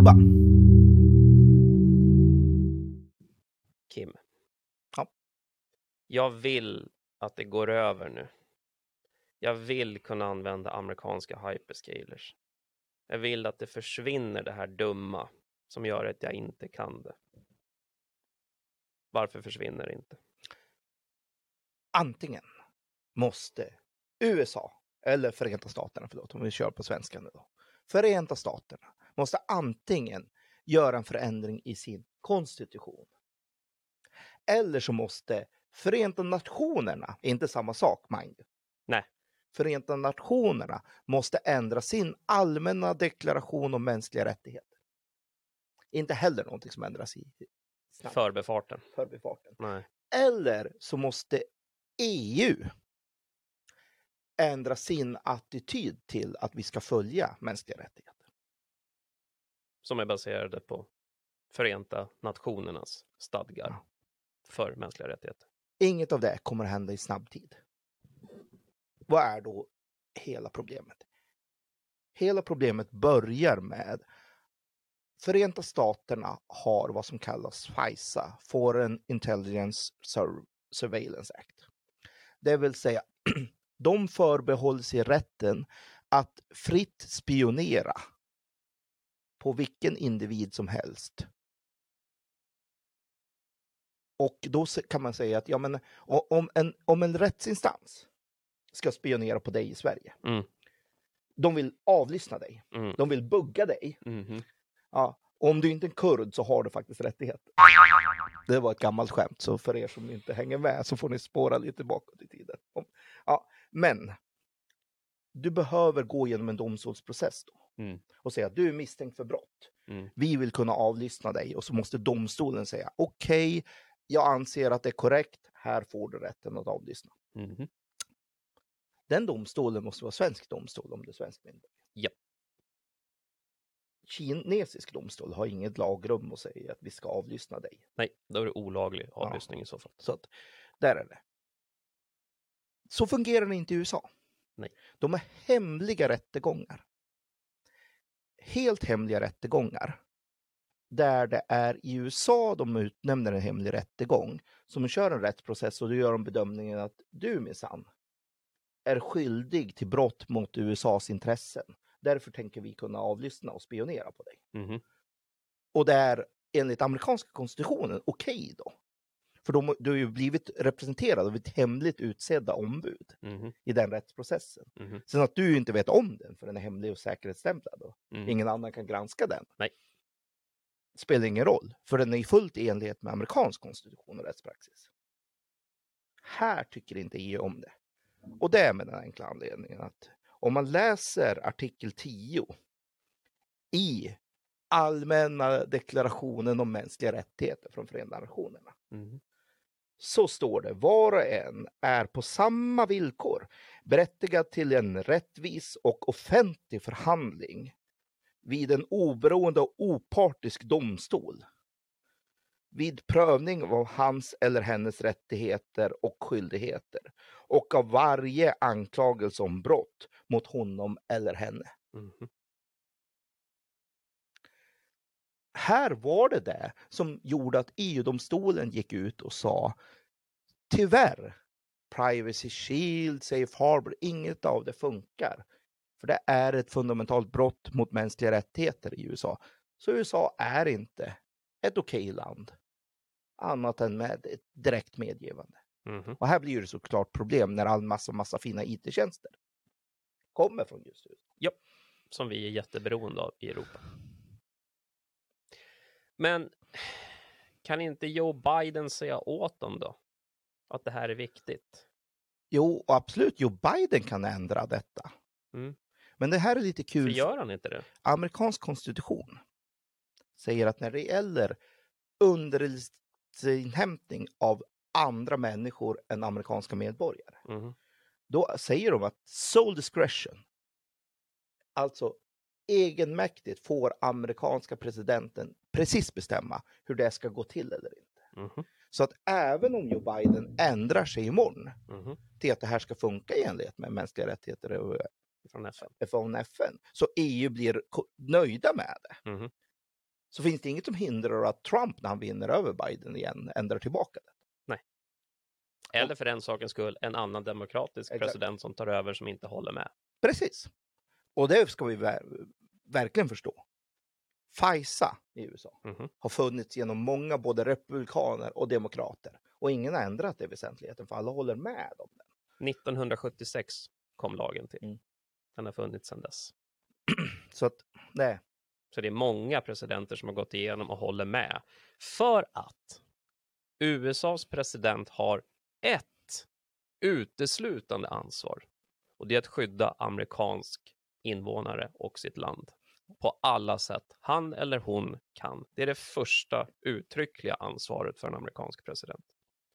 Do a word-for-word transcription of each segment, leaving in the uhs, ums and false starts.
Bubba. Kim. Ja. Jag vill att det går över nu. Jag vill kunna använda amerikanska hyperscalers. Jag vill att det försvinner det här dumma som gör att jag inte kan det. Varför försvinner det inte? Antingen måste U S A, eller Förenta Staterna, förlåt, om vi kör på svenska nu då. Förenta Staterna måste antingen göra en förändring i sin konstitution. Eller så måste Förenta Nationerna, inte samma sak, mind you. Nej. Förenta Nationerna måste ändra sin allmänna deklaration om mänskliga rättigheter. Inte heller någonting som ändras i snabbt. Förbifarten. Förbifarten. Nej. Eller så måste E U ändra sin attityd till att vi ska följa mänskliga rättigheter. Som är baserade på Förenta Nationernas stadgar Ja. för mänskliga rättigheter. Inget av det kommer att hända i snabb tid. Vad är då hela problemet? Hela problemet börjar med Förenta Staterna har vad som kallas FISA, Foreign Intelligence Sur- Surveillance Act. Det vill säga, de förbehåller sig rätten att fritt spionera på vilken individ som helst. Och då kan man säga att ja, men, om, en, om en rättsinstans ska spionera på dig i Sverige. Mm. De vill avlyssna dig. Mm. De vill bugga dig. Mm-hmm. Ja, om du inte är en kurd så har du faktiskt rättighet. Det var ett gammalt skämt, så för er som inte hänger med så får ni spåra lite bakåt i tiden. Ja, men du behöver gå igenom en domstolsprocess då. Mm. Och säga att du är misstänkt för brott. Mm. Vi vill kunna avlyssna dig. Och så måste domstolen säga okej, okay, jag anser att det är korrekt. Här får du rätten att avlyssna. Mm. Den domstolen måste vara svensk domstol om det är svensk myndighet. Ja. Kinesisk domstol har inget lagrum att säga att vi ska avlyssna dig. Nej, då är det olaglig avlyssning ja. I så fall. Så att, där är det. Så fungerar det inte i U S A. Nej. De är hemliga rättegångar. Helt hemliga rättegångar. Där det är i U S A de utnämner en hemlig rättegång. Som kör en rättsprocess och då gör de bedömningen att du minsann är skyldig till brott mot U S A:s intressen. Därför tänker vi kunna avlyssna och spionera på dig. Mm. Och det är enligt amerikanska konstitutionen okej okay då. För de, du har ju blivit representerad av ett hemligt utsedda ombud mm. i den rättsprocessen. Mm. Sen att du inte vet om den för den är hemlig och säkerhetsstämplad då. Mm. Ingen annan kan granska den. Nej. Spelar ingen roll. För den är fullt i enlighet med amerikansk konstitution och rättspraxis. Här tycker inte E U om det. Och det är med den enkla anledningen att om man läser artikel tio i allmänna deklarationen om mänskliga rättigheter från Förenta Nationerna. Mm. Så står det, var och en är på samma villkor berättigad till en rättvis och offentlig förhandling vid en oberoende och opartisk domstol. Vid prövning av hans eller hennes rättigheter och skyldigheter och av varje anklagelse om brott mot honom eller henne. Mm. Här var det det som gjorde att E U-domstolen gick ut och sa tyvärr, Privacy Shield, Safe Harbor, inget av det funkar. För det är ett fundamentalt brott mot mänskliga rättigheter i U S A. Så U S A är inte ett okej land. Annat än med ett direkt medgivande. Mm. Och här blir det såklart problem när all massa, massa fina I T-tjänster kommer från just U S A. Ja, som vi är jätteberoende av i Europa. Men kan inte Joe Biden säga åt dem då? Att det här är viktigt? Jo, absolut. Joe Biden kan ändra detta. Mm. Men det här är lite kul. För gör han inte det? Amerikansk konstitution säger att när det gäller underrättelseinhämtning av andra människor än amerikanska medborgare. Mm. Då säger de att sole discretion, alltså egenmäktigt får amerikanska presidenten precis bestämma hur det ska gå till eller inte. Mm. Så att även om Joe Biden ändrar sig imorgon Mm. till att det här ska funka i enlighet med mänskliga rättigheter och Från F N. från F N, så E U blir nöjda med det. Mm. så finns det inget som hindrar att Trump när han vinner över Biden igen ändrar tillbaka det. Nej. Eller för den sakens skull en annan demokratisk Exakt. president som tar över som inte håller med. Precis. Och det ska vi ver- verkligen förstå. FISA i U S A Mhm. har funnits genom många både republikaner och demokrater. Och ingen har ändrat det i väsentligheten för alla håller med om det. nittonhundrasjuttiosex kom lagen till. Mm. Den har funnits sedan dess. Så att, nej. Så det är många presidenter som har gått igenom och håller med. För att U S As president har ett uteslutande ansvar. Och det är att skydda amerikansk invånare och sitt land. På alla sätt han eller hon kan. Det är det första uttryckliga ansvaret för en amerikansk president.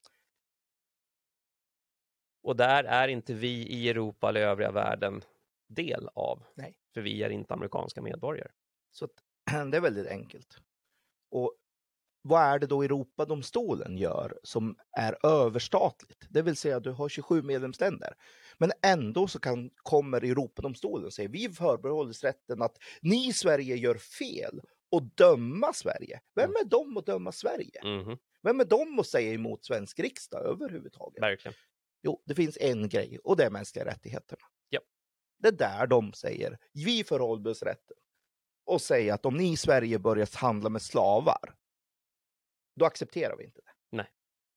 Och där är inte vi i Europa eller övriga världen del av. Nej. För vi är inte amerikanska medborgare. Så att, det är väldigt enkelt. Och vad är det då Europadomstolen gör som är överstatligt? Det vill säga att du har tjugosju medlemsländer. Men ändå så kan, kommer Europadomstolen och säger vi förbehåller oss rätten att ni i Sverige gör fel och döma Sverige. Vem är de att döma Sverige? Mhm. Vem är de att säga emot svensk riksdag överhuvudtaget? Verkligen. Jo, det finns en grej och det är mänskliga rättigheterna. Ja. Det är där de säger vi förhåller oss rätten och säger att om ni i Sverige börjar handla med slavar då accepterar vi inte det. Nej.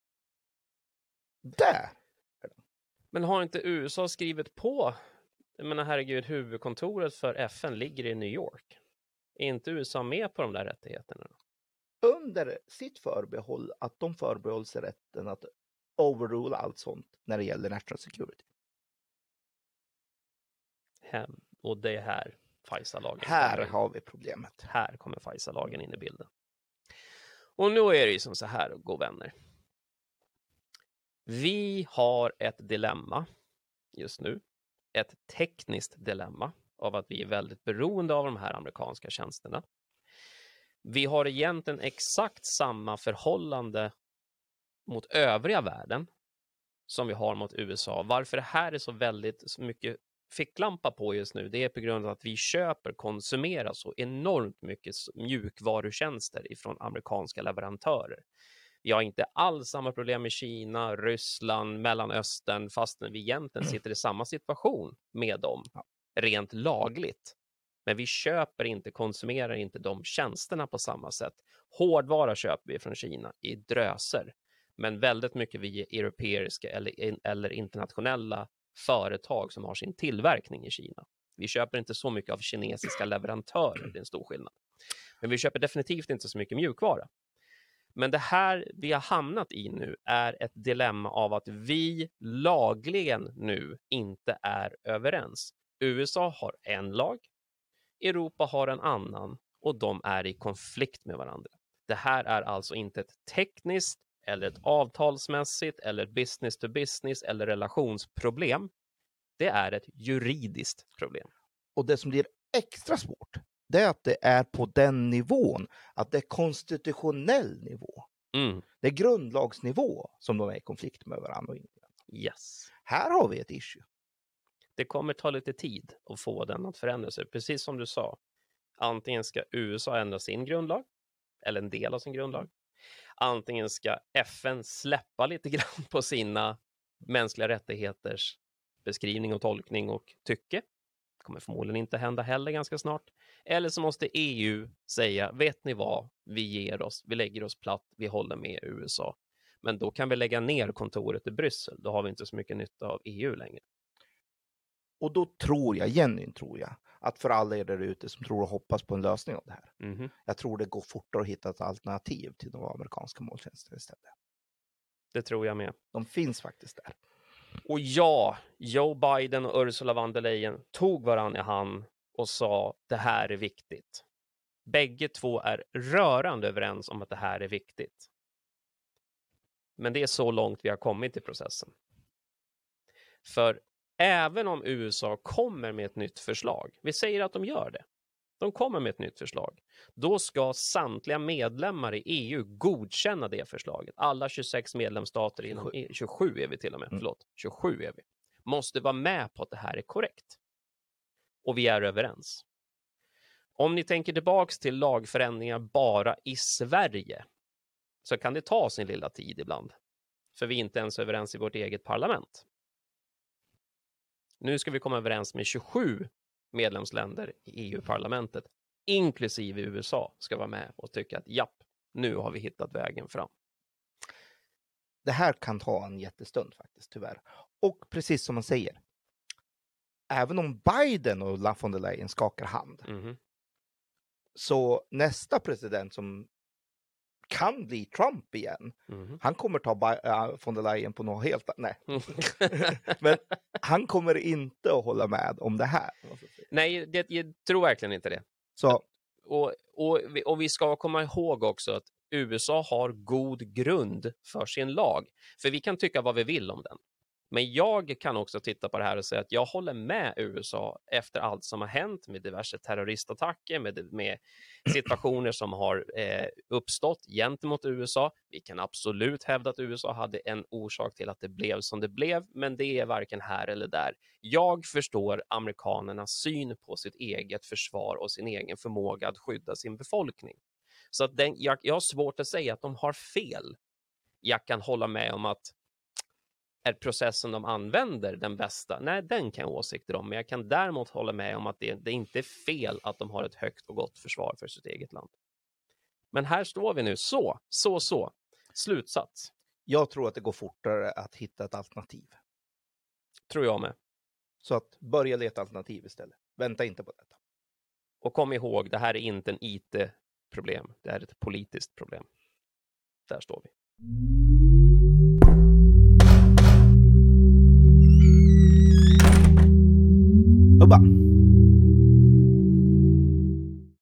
Där! Men har inte U S A skrivit på? Jag menar herregud, huvudkontoret för F N ligger i New York. Är inte U S A med på de där rättigheterna? Under sitt förbehåll att de förbehåller sig rätten att overrule allt sånt när det gäller national security. Hem. Och det är här FISA-lagen Här kommer in. har vi problemet. Här kommer FISA-lagen in i bilden. Och nu är det ju som så här, gå vänner. Vi har ett dilemma just nu. Ett tekniskt dilemma av att vi är väldigt beroende av de här amerikanska tjänsterna. Vi har egentligen exakt samma förhållande mot övriga världen som vi har mot U S A. Varför det här är så väldigt så mycket ficklampa på just nu, det är på grund av att vi köper, konsumerar så enormt mycket mjukvarutjänster ifrån amerikanska leverantörer. Vi har inte alls samma problem med Kina, Ryssland, Mellanöstern, fast vi egentligen sitter i samma situation med dem, rent lagligt. Men vi köper inte, konsumerar inte de tjänsterna på samma sätt. Hårdvara köper vi från Kina i dröser, men väldigt mycket via europeiska eller, eller internationella företag som har sin tillverkning i Kina. Vi köper inte så mycket av kinesiska leverantörer, det är en stor skillnad. Men vi köper definitivt inte så mycket mjukvara. Men det här vi har hamnat i nu är ett dilemma av att vi lagligen nu inte är överens. U S A har en lag, Europa har en annan och de är i konflikt med varandra. Det här är alltså inte ett tekniskt eller ett avtalsmässigt eller business to business eller relationsproblem. Det är ett juridiskt problem. Och det som blir extra svårt, det är att det är på den nivån, att det är konstitutionell nivå. Mm. Det är grundlagsnivå som de är i konflikt med varandra. Yes. Här har vi ett issue. Det kommer ta lite tid att få den att förändra sig. Precis som du sa. Antingen ska U S A ändra sin grundlag. Eller en del av sin grundlag. Antingen ska F N släppa lite grann på sina mänskliga rättigheters beskrivning och tolkning och tycke. Det kommer förmodligen inte hända heller ganska snart. Eller så måste E U säga, vet ni vad? Vi ger oss, vi lägger oss platt, vi håller med U S A. Men då kan vi lägga ner kontoret i Bryssel. Då har vi inte så mycket nytta av E U längre. Och då tror jag, genuint tror jag, att för alla er där ute som tror och hoppas på en lösning av det här. Mm-hmm. Jag tror det går fortare att hitta ett alternativ till de amerikanska måltjänsterna istället. Det tror jag med. De finns faktiskt där. Och ja, Joe Biden och Ursula von der Leyen tog varann i hand och sa det här är viktigt. Bägge två är rörande överens om att det här är viktigt. Men det är så långt vi har kommit i processen. För även om U S A kommer med ett nytt förslag, vi säger att de gör det, de kommer med ett nytt förslag, då ska samtliga medlemmar i E U godkänna det förslaget. Alla tjugosex medlemsstater inom E U, tjugosju är vi till och med, mm. förlåt, tjugosju är vi, måste vara med på att det här är korrekt. Och vi är överens. Om ni tänker tillbaks till lagförändringar bara i Sverige så kan det ta sin lilla tid ibland. För vi är inte ens överens i vårt eget parlament. Nu ska vi komma överens med tjugosju medlemsländer i E U-parlamentet, inklusive U S A, ska vara med och tycka att japp, nu har vi hittat vägen fram. Det här kan ta en jättestund faktiskt, tyvärr. Och precis som man säger, även om Biden och Ursula von der Leyen skakar hand, Mm-hmm. så nästa president som kan bli Trump igen, Mm-hmm. han kommer ta Bi- äh, von der Leyen på något helt annat. Nej. Men han kommer inte att hålla med om det här. Nej, det, jag tror verkligen inte det. Så, och, och, vi, och vi ska komma ihåg också att U S A har god grund för sin lag. För vi kan tycka vad vi vill om den. Men jag kan också titta på det här och säga att jag håller med U S A efter allt som har hänt med diverse terroristattacker, med, med situationer som har eh, uppstått gentemot U S A. Vi kan absolut hävda att U S A hade en orsak till att det blev som det blev, men det är varken här eller där. Jag förstår amerikanernas syn på sitt eget försvar och sin egen förmåga att skydda sin befolkning. Så att den, jag, jag har svårt att säga att de har fel. Jag kan hålla med om att är processen de använder den bästa? Nej, den kan jag åsikter om. Men jag kan däremot hålla med om att det, det inte är fel att de har ett högt och gott försvar för sitt eget land. Men här står vi nu. Så, så, så. Slutsats. jag tror att det går fortare att hitta ett alternativ. Tror jag med. Så att börja leta alternativ istället. Vänta inte på detta. Och kom ihåg, det här är inte en I T-problem. Det är ett politiskt problem. Där står vi. Hubba!